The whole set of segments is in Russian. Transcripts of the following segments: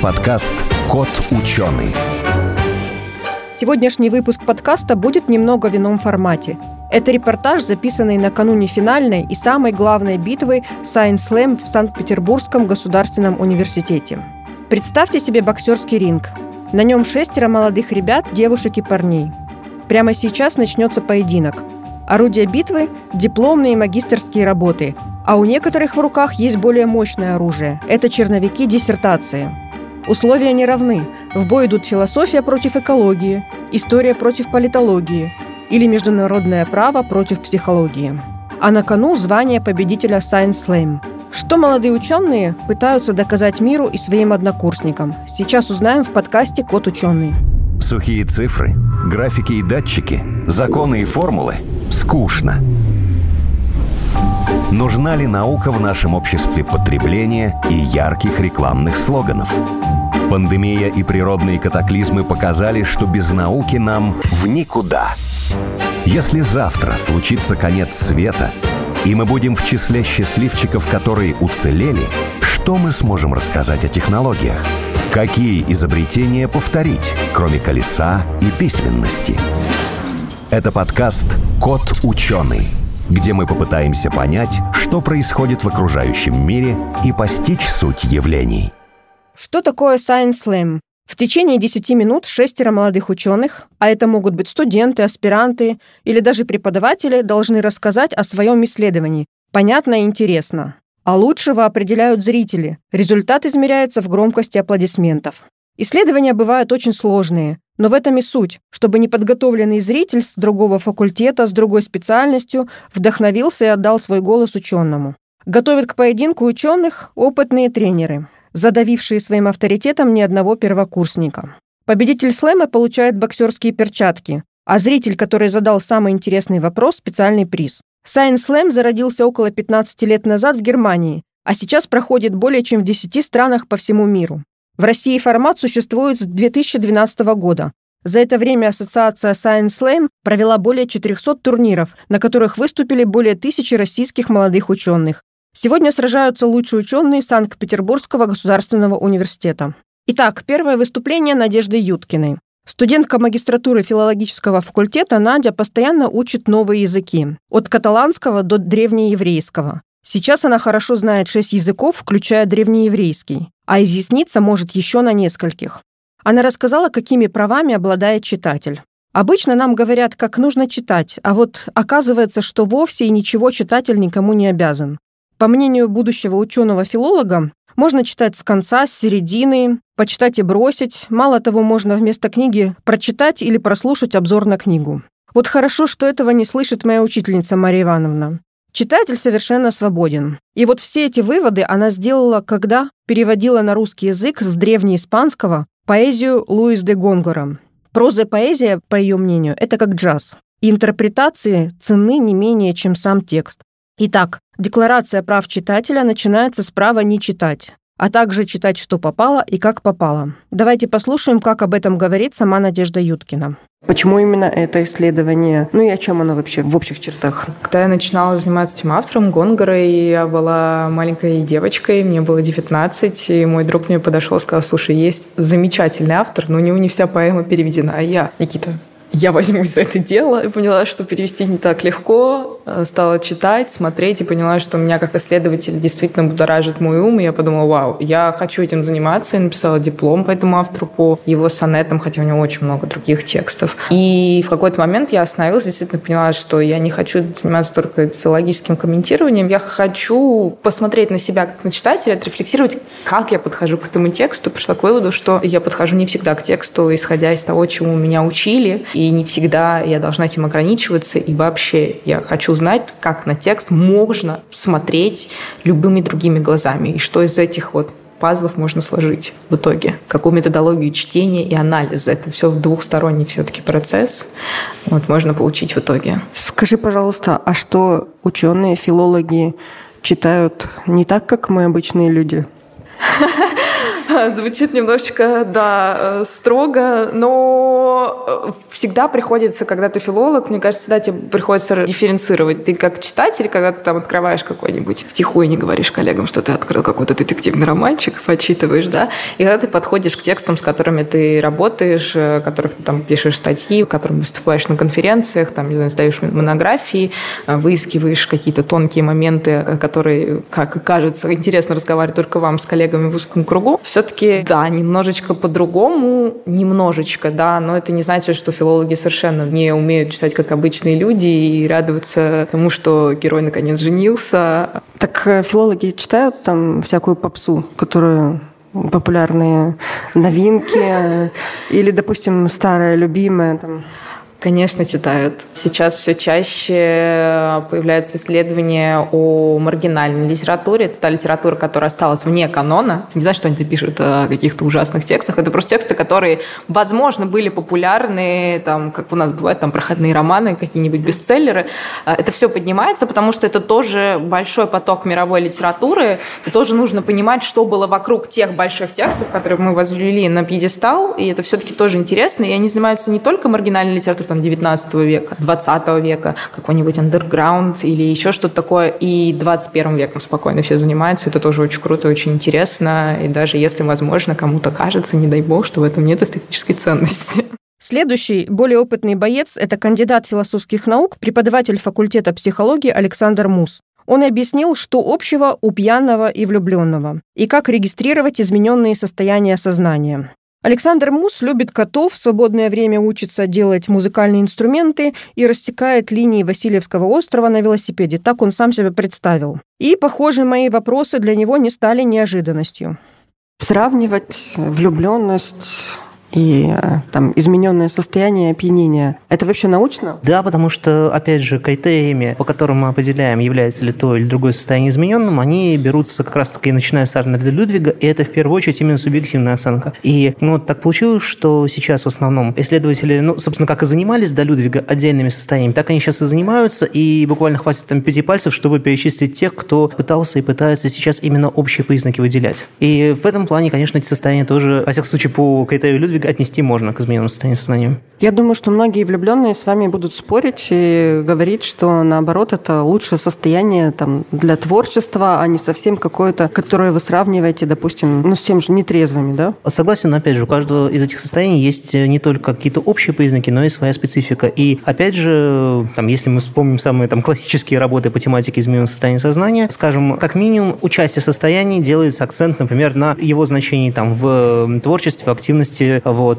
подкаст «Кот ученый». Сегодняшний выпуск подкаста будет немного в ином формате. Это репортаж, записанный накануне финальной и самой главной битвы Science Slam в Санкт-Петербургском государственном университете. Представьте себе боксерский ринг. На нем 6 молодых ребят, девушек и парней. Прямо сейчас начнется поединок. Орудия битвы – дипломные и магистерские работы, а у некоторых в руках есть более мощное оружие – это черновики диссертации. Условия не равны. В бой идут философия против экологии, история против политологии или международное право против психологии. А на кону звание победителя Science Slam. Что молодые ученые пытаются доказать миру и своим однокурсникам? Сейчас узнаем в подкасте «Кот ученый». Сухие цифры, графики и датчики, законы и формулы – скучно. Нужна ли наука в нашем обществе потребления и ярких рекламных слоганов? Пандемия и природные катаклизмы показали, что без науки нам в никуда. Если завтра случится конец света, и мы будем в числе счастливчиков, которые уцелели, что мы сможем рассказать о технологиях? Какие изобретения повторить, кроме колеса и письменности? Это подкаст «Кот ученый», где мы попытаемся понять, что происходит в окружающем мире и постичь суть явлений. Что такое Science Slam? В течение 10 минут 6 молодых ученых, а это могут быть студенты, аспиранты или даже преподаватели, должны рассказать о своем исследовании. Понятно и интересно. А лучшего определяют зрители. Результат измеряется в громкости аплодисментов. Исследования бывают очень сложные, но в этом и суть, чтобы неподготовленный зритель с другого факультета, с другой специальностью вдохновился и отдал свой голос ученому. Готовят к поединку ученых опытные тренеры, задавившие своим авторитетом ни одного первокурсника. Победитель слэма получает боксерские перчатки, а зритель, который задал самый интересный вопрос, специальный приз. Science Slam зародился около 15 лет назад в Германии, а сейчас проходит более чем в 10 странах по всему миру. В России формат существует с 2012 года. За это время ассоциация Science Slam провела более 400 турниров, на которых выступили более 1000 российских молодых ученых. Сегодня сражаются лучшие ученые Санкт-Петербургского государственного университета. Итак, первое выступление Надежды Юткиной. Студентка магистратуры филологического факультета Надя постоянно учит новые языки, от каталанского до древнееврейского. Сейчас она хорошо знает 6 языков, включая древнееврейский, а изъясниться может еще на нескольких. Она рассказала, какими правами обладает читатель. Обычно нам говорят, как нужно читать, а вот оказывается, что вовсе и ничего читатель никому не обязан. По мнению будущего ученого-филолога, можно читать с конца, с середины, почитать и бросить. Мало того, можно вместо книги прочитать или прослушать обзор на книгу. Вот хорошо, что этого не слышит моя учительница Мария Ивановна. Читатель совершенно свободен. И вот все эти выводы она сделала, когда переводила на русский язык с древнеиспанского поэзию Луис де Гонгора. Проза и поэзия, по ее мнению, это как джаз. И интерпретации ценны не менее, чем сам текст. Итак, декларация прав читателя начинается с права не читать, а также читать, что попало и как попало. Давайте послушаем, как об этом говорит сама Надежда Юткина. Почему именно это исследование? И о чем оно вообще в общих чертах? Когда я начинала заниматься этим автором, Гонгорой, я была маленькой девочкой, мне было 19, и мой друг мне подошел и сказал: слушай, есть замечательный автор, но у него не вся поэма переведена. А я: Никита, я возьмусь за это дело, и поняла, что перевести не так легко. Стала читать, смотреть, и поняла, что меня как исследователь действительно будоражит мой ум. И я подумала: вау, я хочу этим заниматься. Я написала диплом по этому автору, по его сонетам, хотя у него очень много других текстов. И в какой-то момент я остановилась, действительно поняла, что я не хочу заниматься только филологическим комментированием. Я хочу посмотреть на себя как на читателя, отрефлексировать, как я подхожу к этому тексту. Пришла к выводу, что я подхожу не всегда к тексту, исходя из того, чему меня учили. И не всегда я должна этим ограничиваться. И вообще я хочу знать, как на текст можно смотреть любыми другими глазами. И что из этих пазлов можно сложить в итоге. Какую методологию чтения и анализа. Это все двухсторонний все-таки процесс. Можно получить в итоге. Скажи, пожалуйста, а что ученые, филологи читают не так, как мы, обычные люди? Звучит немножечко, да, строго, но всегда приходится, когда ты филолог, мне кажется, всегда тебе приходится дифференцировать. Ты как читатель, когда ты там открываешь какой-нибудь, втихую не говоришь коллегам, что ты открыл какой-то детективный романчик, почитываешь, да, и когда ты подходишь к текстам, с которыми ты работаешь, в которых ты там пишешь статьи, в которых выступаешь на конференциях, там, не знаю, сдаешь монографии, выискиваешь какие-то тонкие моменты, которые, как кажется, интересно разговаривать только вам с коллегами в узком кругу. Все-таки, да, немножечко по-другому, немножечко, да, но это не значит, что филологи совершенно не умеют читать, как обычные люди, и радоваться тому, что герой наконец женился. Так филологи читают там всякую попсу, которую популярные новинки или, допустим, старая любимая там? Конечно, читают. Сейчас все чаще появляются исследования о маргинальной литературе. Это та литература, которая осталась вне канона. Не знаю, что они пишут о каких-то ужасных текстах. Это просто тексты, которые, возможно, были популярны, там, как у нас бывает, там, проходные романы, какие-нибудь бестселлеры. Это все поднимается, потому что это тоже большой поток мировой литературы. И тоже нужно понимать, что было вокруг тех больших текстов, которые мы возвели на пьедестал. И это все-таки тоже интересно. И они занимаются не только маргинальной литературой, там, 19 века, 20 века, какой-нибудь андерграунд или еще что-то такое, и 21 веком спокойно все занимаются. Это тоже очень круто, очень интересно, и даже если, возможно, кому-то кажется, не дай бог, что в этом нет эстетической ценности. Следующий, более опытный боец – это кандидат философских наук, преподаватель факультета психологии Александр Мус. Он объяснил, что общего у пьяного и влюбленного, и как регистрировать измененные состояния сознания. Александр Мус любит котов, в свободное время учится делать музыкальные инструменты и рассекает линии Васильевского острова на велосипеде. Так он сам себя представил. И, похоже, мои вопросы для него не стали неожиданностью. Сравнивать влюбленность и там измененное состояние опьянения. Это вообще научно? Да, потому что, опять же, критериями, по которым мы определяем, является ли то или другое состояние измененным, они берутся как раз-таки начиная с Арнольда Людвига, и это в первую очередь именно субъективная оценка. И так получилось, что сейчас в основном исследователи, собственно, как и занимались до Людвига отдельными состояниями, так они сейчас и занимаются, и буквально хватит там 5 пальцев, чтобы перечислить тех, кто пытался и пытается сейчас именно общие признаки выделять. И в этом плане, конечно, эти состояния тоже, во всяком случае, по критерию Людвига отнести можно к измененному состоянию сознания. Я думаю, что многие влюбленные с вами будут спорить и говорить, что наоборот это лучшее состояние там, для творчества, а не совсем какое-то, которое вы сравниваете, допустим, с тем же нетрезвыми, да? Согласен, но опять же, у каждого из этих состояний есть не только какие-то общие признаки, но и своя специфика. И опять же, если мы вспомним самые классические работы по тематике измененного состояния сознания, скажем, как минимум, у части состояний делается акцент, например, на его значении в творчестве, в активности,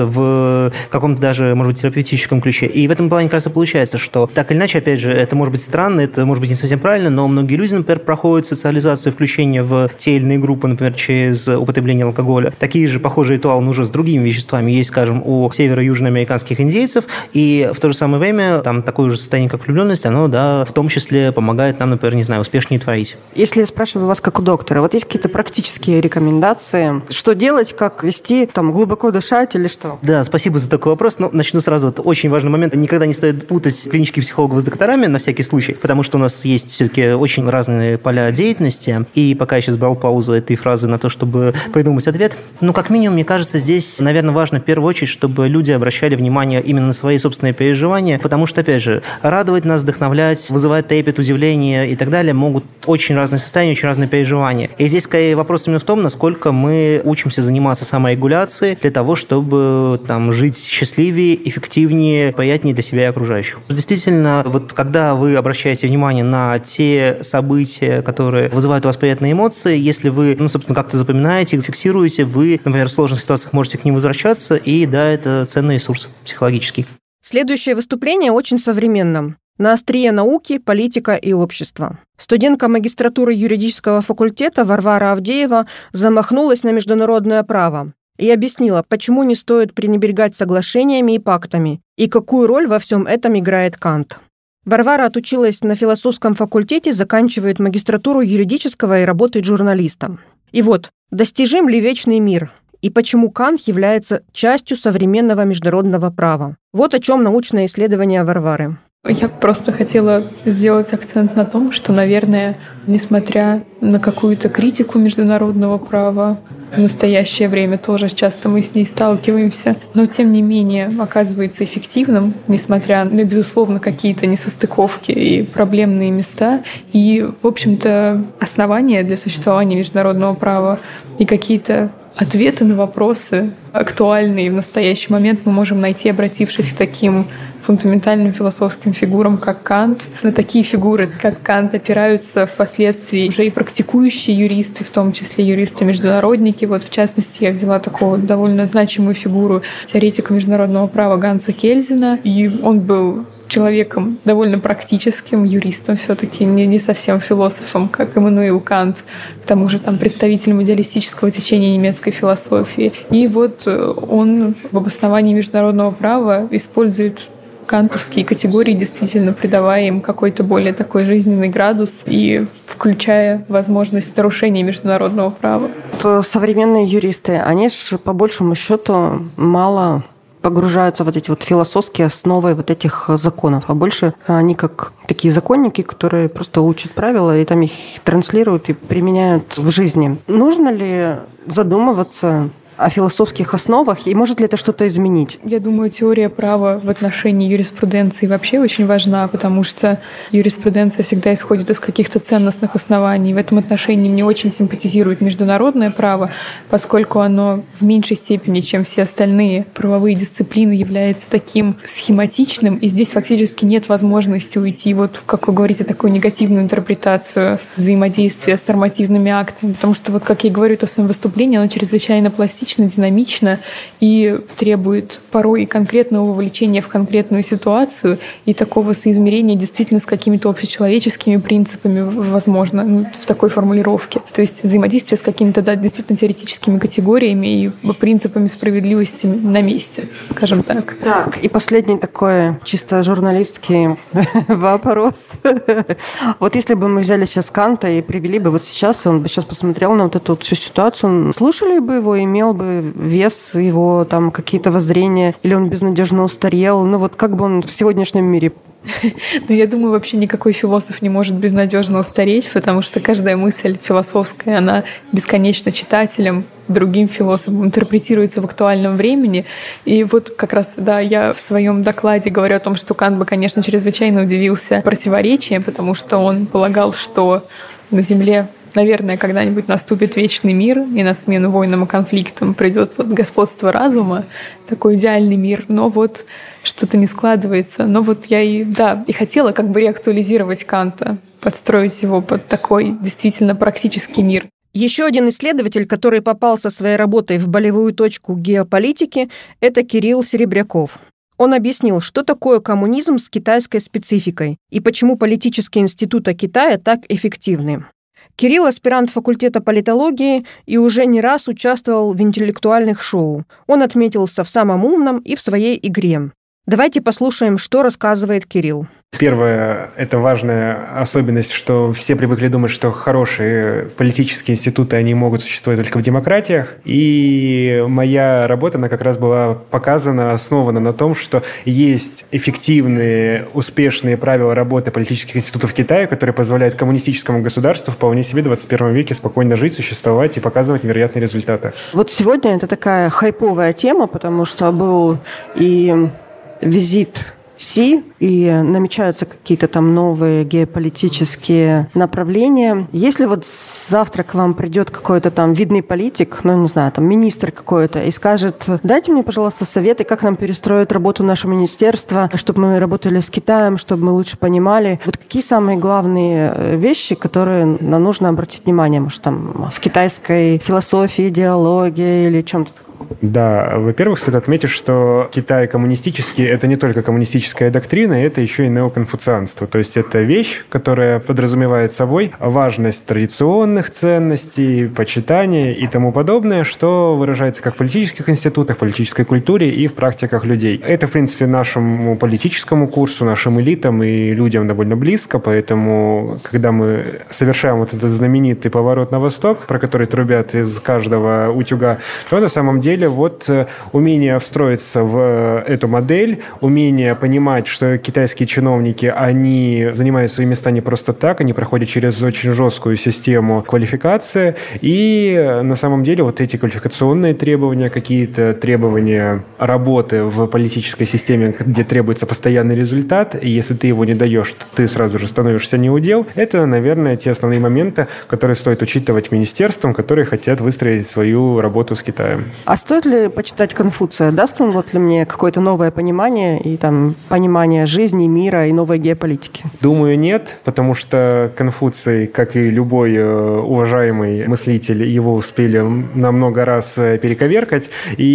в каком-то даже, может быть, терапевтическом ключе. И в этом плане, как раз и получается, что так или иначе, опять же, это может быть странно, это может быть не совсем правильно, но многие люди, например, проходят социализацию, включение в те или иные группы, например, через употребление алкоголя. Такие же похожие ритуалы, но уже с другими веществами есть, скажем, у северо-южноамериканских индейцев, и в то же самое время такое же состояние, как влюбленность, оно, в том числе помогает нам, например, успешнее творить. Если я спрашиваю вас как у доктора, есть какие-то практические рекомендации, что делать, как вести, глубоко дышать или что? Да, спасибо за такой вопрос. Начну сразу. Это очень важный момент. Никогда не стоит путать клинических психологов с докторами на всякий случай, потому что у нас есть все-таки очень разные поля деятельности. И пока я сейчас брал паузу этой фразы на то, чтобы придумать ответ, как минимум, мне кажется, здесь, наверное, важно в первую очередь, чтобы люди обращали внимание именно на свои собственные переживания, потому что, опять же, радовать нас, вдохновлять, вызывать трепет, удивление и так далее могут очень разные состояния, очень разные переживания. И здесь, скорее, вопрос именно в том, насколько мы учимся заниматься саморегуляцией для того, чтобы жить счастливее, эффективнее, приятнее для себя и окружающих. Действительно, когда вы обращаете внимание на те события, которые вызывают у вас приятные эмоции, если вы, собственно, как-то запоминаете, фиксируете, вы, например, в сложных ситуациях можете к ним возвращаться, и да, это ценный ресурс психологический. Следующее выступление очень современным. На острие науки, политика и общества. Студентка магистратуры юридического факультета Варвара Авдеева замахнулась на международное право и объяснила, почему не стоит пренебрегать соглашениями и пактами, и какую роль во всем этом играет Кант. Варвара отучилась на философском факультете, заканчивает магистратуру юридического и работает журналистом. И достижим ли вечный мир? И почему Кант является частью современного международного права? О чем научное исследование Варвары. Я просто хотела сделать акцент на том, что, наверное, несмотря на какую-то критику международного права, в настоящее время тоже часто мы с ней сталкиваемся, но тем не менее оказывается эффективным, несмотря на, безусловно, какие-то несостыковки и проблемные места. И, в общем-то, основания для существования международного права и какие-то ответы на вопросы, актуальные в настоящий момент, мы можем найти, обратившись к таким фундаментальным философским фигурам, как Кант. На такие фигуры, как Кант, опираются впоследствии уже и практикующие юристы, в том числе юристы-международники. Вот, в частности, я взяла такого довольно значимую фигуру теоретика международного права Ганса Кельзена, и он был человеком довольно практическим, юристом все-таки, не совсем философом, как Иммануил Кант, к тому же там представителем идеалистического течения немецкой философии. И вот он в обосновании международного права использует кантовские категории, действительно придавая им какой-то более такой жизненный градус и включая возможность нарушения международного права. Современные юристы, они же по большему счету мало погружаются в эти вот философские основы вот этих законов, а больше они как такие законники, которые просто учат правила и там их транслируют и применяют в жизни. Нужно ли задумываться о философских основах, и может ли это что-то изменить? Я думаю, теория права в отношении юриспруденции вообще очень важна, потому что юриспруденция всегда исходит из каких-то ценностных оснований. В этом отношении мне очень симпатизирует международное право, поскольку оно в меньшей степени, чем все остальные правовые дисциплины, является таким схематичным, и здесь фактически нет возможности уйти вот в, как вы говорите, такую негативную интерпретацию взаимодействия с нормативными актами, потому что, вот как я говорю в своем выступлении, оно чрезвычайно пластично, динамично и требует порой и конкретного вовлечения в конкретную ситуацию и такого соизмерения действительно с какими-то общечеловеческими принципами, возможно, в такой формулировке. То есть взаимодействие с какими-то действительно теоретическими категориями и принципами справедливости на месте, скажем так. Так, и последний такой чисто журналистский вопрос. Вот если бы мы взяли сейчас Канта и привели бы вот сейчас, он бы сейчас посмотрел на вот эту вот всю ситуацию, слушали бы его, имел бы вес его, там, какие-то воззрения, или он безнадежно устарел, ну вот как бы он в сегодняшнем мире? Но я думаю, вообще никакой философ не может безнадежно устареть, потому что каждая мысль философская, она бесконечно читателем, другим философом интерпретируется в актуальном времени. И вот как раз, да, я в своем докладе говорю о том, что Кант бы, конечно, чрезвычайно удивился противоречиям, потому что он полагал, что на Земле, наверное, когда-нибудь наступит вечный мир, и на смену войнам и конфликтам придет вот господство разума, такой идеальный мир, но вот что-то не складывается. Но вот я и хотела как бы реактуализировать Канта, подстроить его под такой действительно практический мир. Еще один исследователь, который попал со своей работой в болевую точку геополитики, это Кирилл Серебряков. Он объяснил, что такое коммунизм с китайской спецификой и почему политические институты Китая так эффективны. Кирилл – аспирант факультета политологии и уже не раз участвовал в интеллектуальных шоу. Он отметился в самом умном и в своей игре. Давайте послушаем, что рассказывает Кирилл. Первое – это важная особенность, что все привыкли думать, что хорошие политические институты, они могут существовать только в демократиях. И моя работа, она как раз была показана, основана на том, что есть эффективные, успешные правила работы политических институтов Китая, которые позволяют коммунистическому государству вполне себе в 21 веке спокойно жить, существовать и показывать невероятные результаты. Вот сегодня это такая хайповая тема, потому что был и визит Си, и намечаются какие-то там новые геополитические направления. Если вот завтра к вам придет какой-то там видный политик, ну, не знаю, там министр какой-то, и скажет: дайте мне, пожалуйста, советы, как нам перестроить работу нашего министерства, чтобы мы работали с Китаем, чтобы мы лучше понимали. Вот какие самые главные вещи, которые нам нужно обратить внимание? Может, там в китайской философии, идеологии или чем-то таком? Да, во-первых, стоит отметить, что Китай коммунистический – это не только коммунистическая доктрина, это еще и неоконфуцианство. То есть это вещь, которая подразумевает собой важность традиционных ценностей, почитания и тому подобное, что выражается как в политических институтах, в политической культуре и в практиках людей. Это, в принципе, нашему политическому курсу, нашим элитам и людям довольно близко, поэтому, когда мы совершаем вот этот знаменитый поворот на восток, про который трубят из каждого утюга, то на самом деле деле вот умение встроиться в эту модель, умение понимать, что китайские чиновники, они занимают свои места не просто так, они проходят через очень жесткую систему квалификации, и на самом деле вот эти квалификационные требования, какие-то требования работы в политической системе, где требуется постоянный результат, и если ты его не даешь, то ты сразу же становишься неудел. Это, наверное, те основные моменты, которые стоит учитывать министерствам, которые хотят выстроить свою работу с Китаем. А стоит ли почитать Конфуция? Даст он вот ли мне какое-то новое понимание и там понимание жизни, мира и новой геополитики? Думаю, нет, потому что Конфуций, как и любой уважаемый мыслитель, его успели на много раз перековеркать.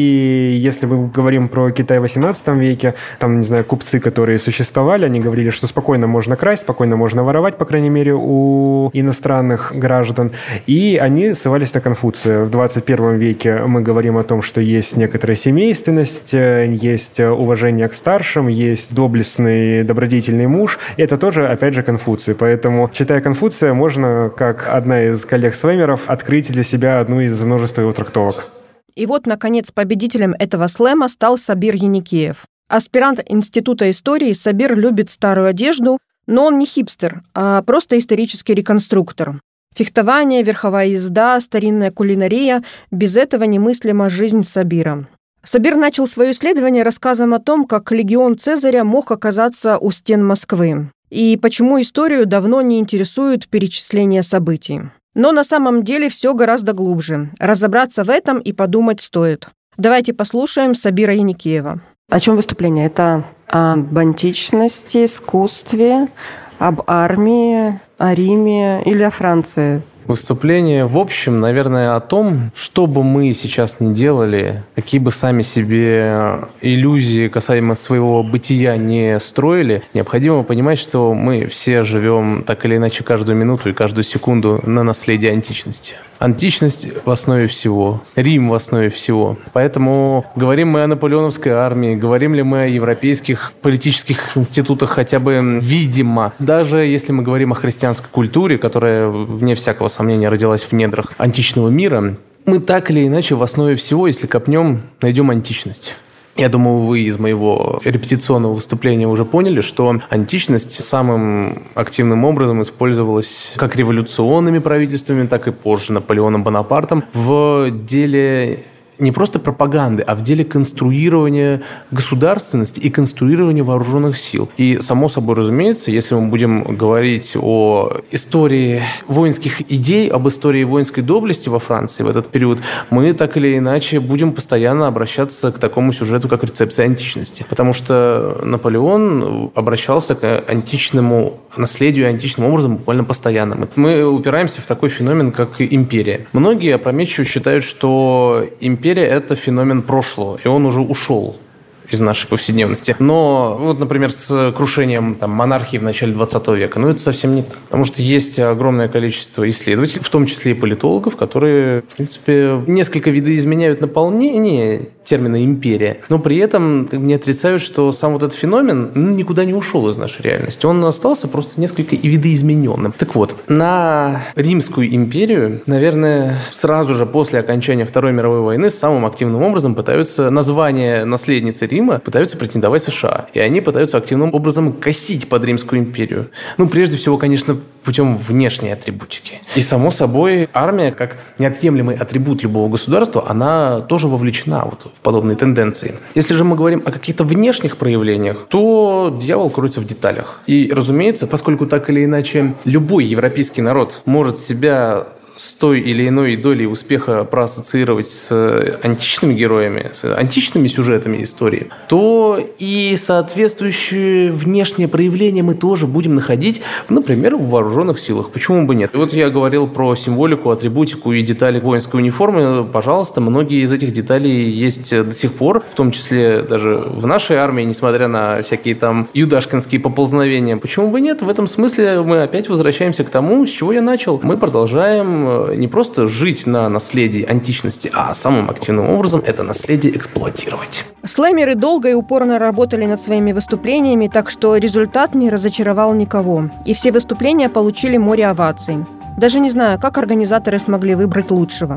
И если мы говорим про Китай в XVIII веке, там, не знаю, купцы, которые существовали, они говорили, что спокойно можно красть, спокойно можно воровать, по крайней мере, у иностранных граждан. И они ссылались на Конфуция. В 21 веке мы говорим о том, что есть некоторая семейственность, есть уважение к старшим, есть доблестный, добродетельный муж. И это тоже, опять же, Конфуций. Поэтому, читая Конфуция, можно, как одна из коллег-слэмеров, открыть для себя одну из множества его трактовок. И вот, наконец, победителем этого слэма стал Сабир Еникеев. Аспирант Института истории, Сабир любит старую одежду, но он не хипстер, а просто исторический реконструктор. Фехтование, верховая езда, старинная кулинария – без этого немыслима жизнь Сабира. Сабир начал свое исследование рассказом о том, как легион Цезаря мог оказаться у стен Москвы, и почему историю давно не интересует перечисление событий. Но на самом деле все гораздо глубже. Разобраться в этом и подумать стоит. Давайте послушаем Сабира Еникеева. О чем выступление? Это об античности, искусстве, об армии, о Риме или о Франции? Выступление, в общем, наверное, о том, что бы мы сейчас ни делали, какие бы сами себе иллюзии касаемо своего бытия не строили, необходимо понимать, что мы все живем так или иначе каждую минуту и каждую секунду на наследии античности. Античность в основе всего, Рим в основе всего. Поэтому говорим мы о наполеоновской армии, говорим ли мы о европейских политических институтах хотя бы видимо. Даже если мы говорим о христианской культуре, которая, вне всякого сомнения, родилась в недрах античного мира, мы так или иначе в основе всего, если копнем, найдем античность. Я думаю, вы из моего репетиционного выступления уже поняли, что античность самым активным образом использовалась как революционными правительствами, так и позже Наполеоном Бонапартом в деле не просто пропаганды, а в деле конструирования государственности и конструирования вооруженных сил. И, само собой разумеется, если мы будем говорить о истории воинских идей, об истории воинской доблести во Франции в этот период, мы так или иначе будем постоянно обращаться к такому сюжету, как рецепция античности. Потому что Наполеон обращался к античному наследию античным образом буквально постоянно. Мы упираемся в такой феномен, как империя. Многие опрометчиво считают, что империя – это феномен прошлого, и он уже ушел из нашей повседневности. Но вот, например, с крушением монархии в начале 20 века, это совсем не так. Потому что есть огромное количество исследователей, в том числе и политологов, которые, в принципе, несколько видоизменяют наполнение термина «империя», но при этом не отрицают, что сам вот этот феномен никуда не ушел из нашей реальности. Он остался просто несколько видоизмененным. Так вот, на Римскую империю, наверное, сразу же после окончания Второй мировой войны самым активным образом пытаются название наследницы Рима пытаются претендовать США. И они пытаются активным образом косить под Римскую империю. Прежде всего, конечно, путем внешней атрибутики. И, само собой, армия, как неотъемлемый атрибут любого государства, она тоже вовлечена в подобные тенденции. Если же мы говорим о каких-то внешних проявлениях, то дьявол кроется в деталях. И, разумеется, поскольку так или иначе любой европейский народ может себя с той или иной долей успеха проассоциировать с античными героями, с античными сюжетами истории, то и соответствующие внешние проявления мы тоже будем находить, например, в вооруженных силах. Почему бы нет? И вот я говорил про символику, атрибутику и детали воинской униформы. Пожалуйста, многие из этих деталей есть до сих пор, в том числе даже в нашей армии, несмотря на всякие юдашкинские поползновения. Почему бы нет? В этом смысле мы опять возвращаемся к тому, с чего я начал. Мы продолжаем не просто жить на наследии античности, а самым активным образом это наследие эксплуатировать. Слэмеры долго и упорно работали над своими выступлениями, так что результат не разочаровал никого. И все выступления получили море оваций. Даже не знаю, как организаторы смогли выбрать лучшего.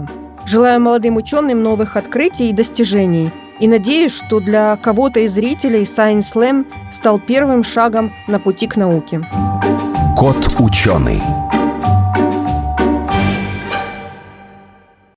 Желаю молодым ученым новых открытий и достижений. И надеюсь, что для кого-то из зрителей Science Slam стал первым шагом на пути к науке. Кот ученый.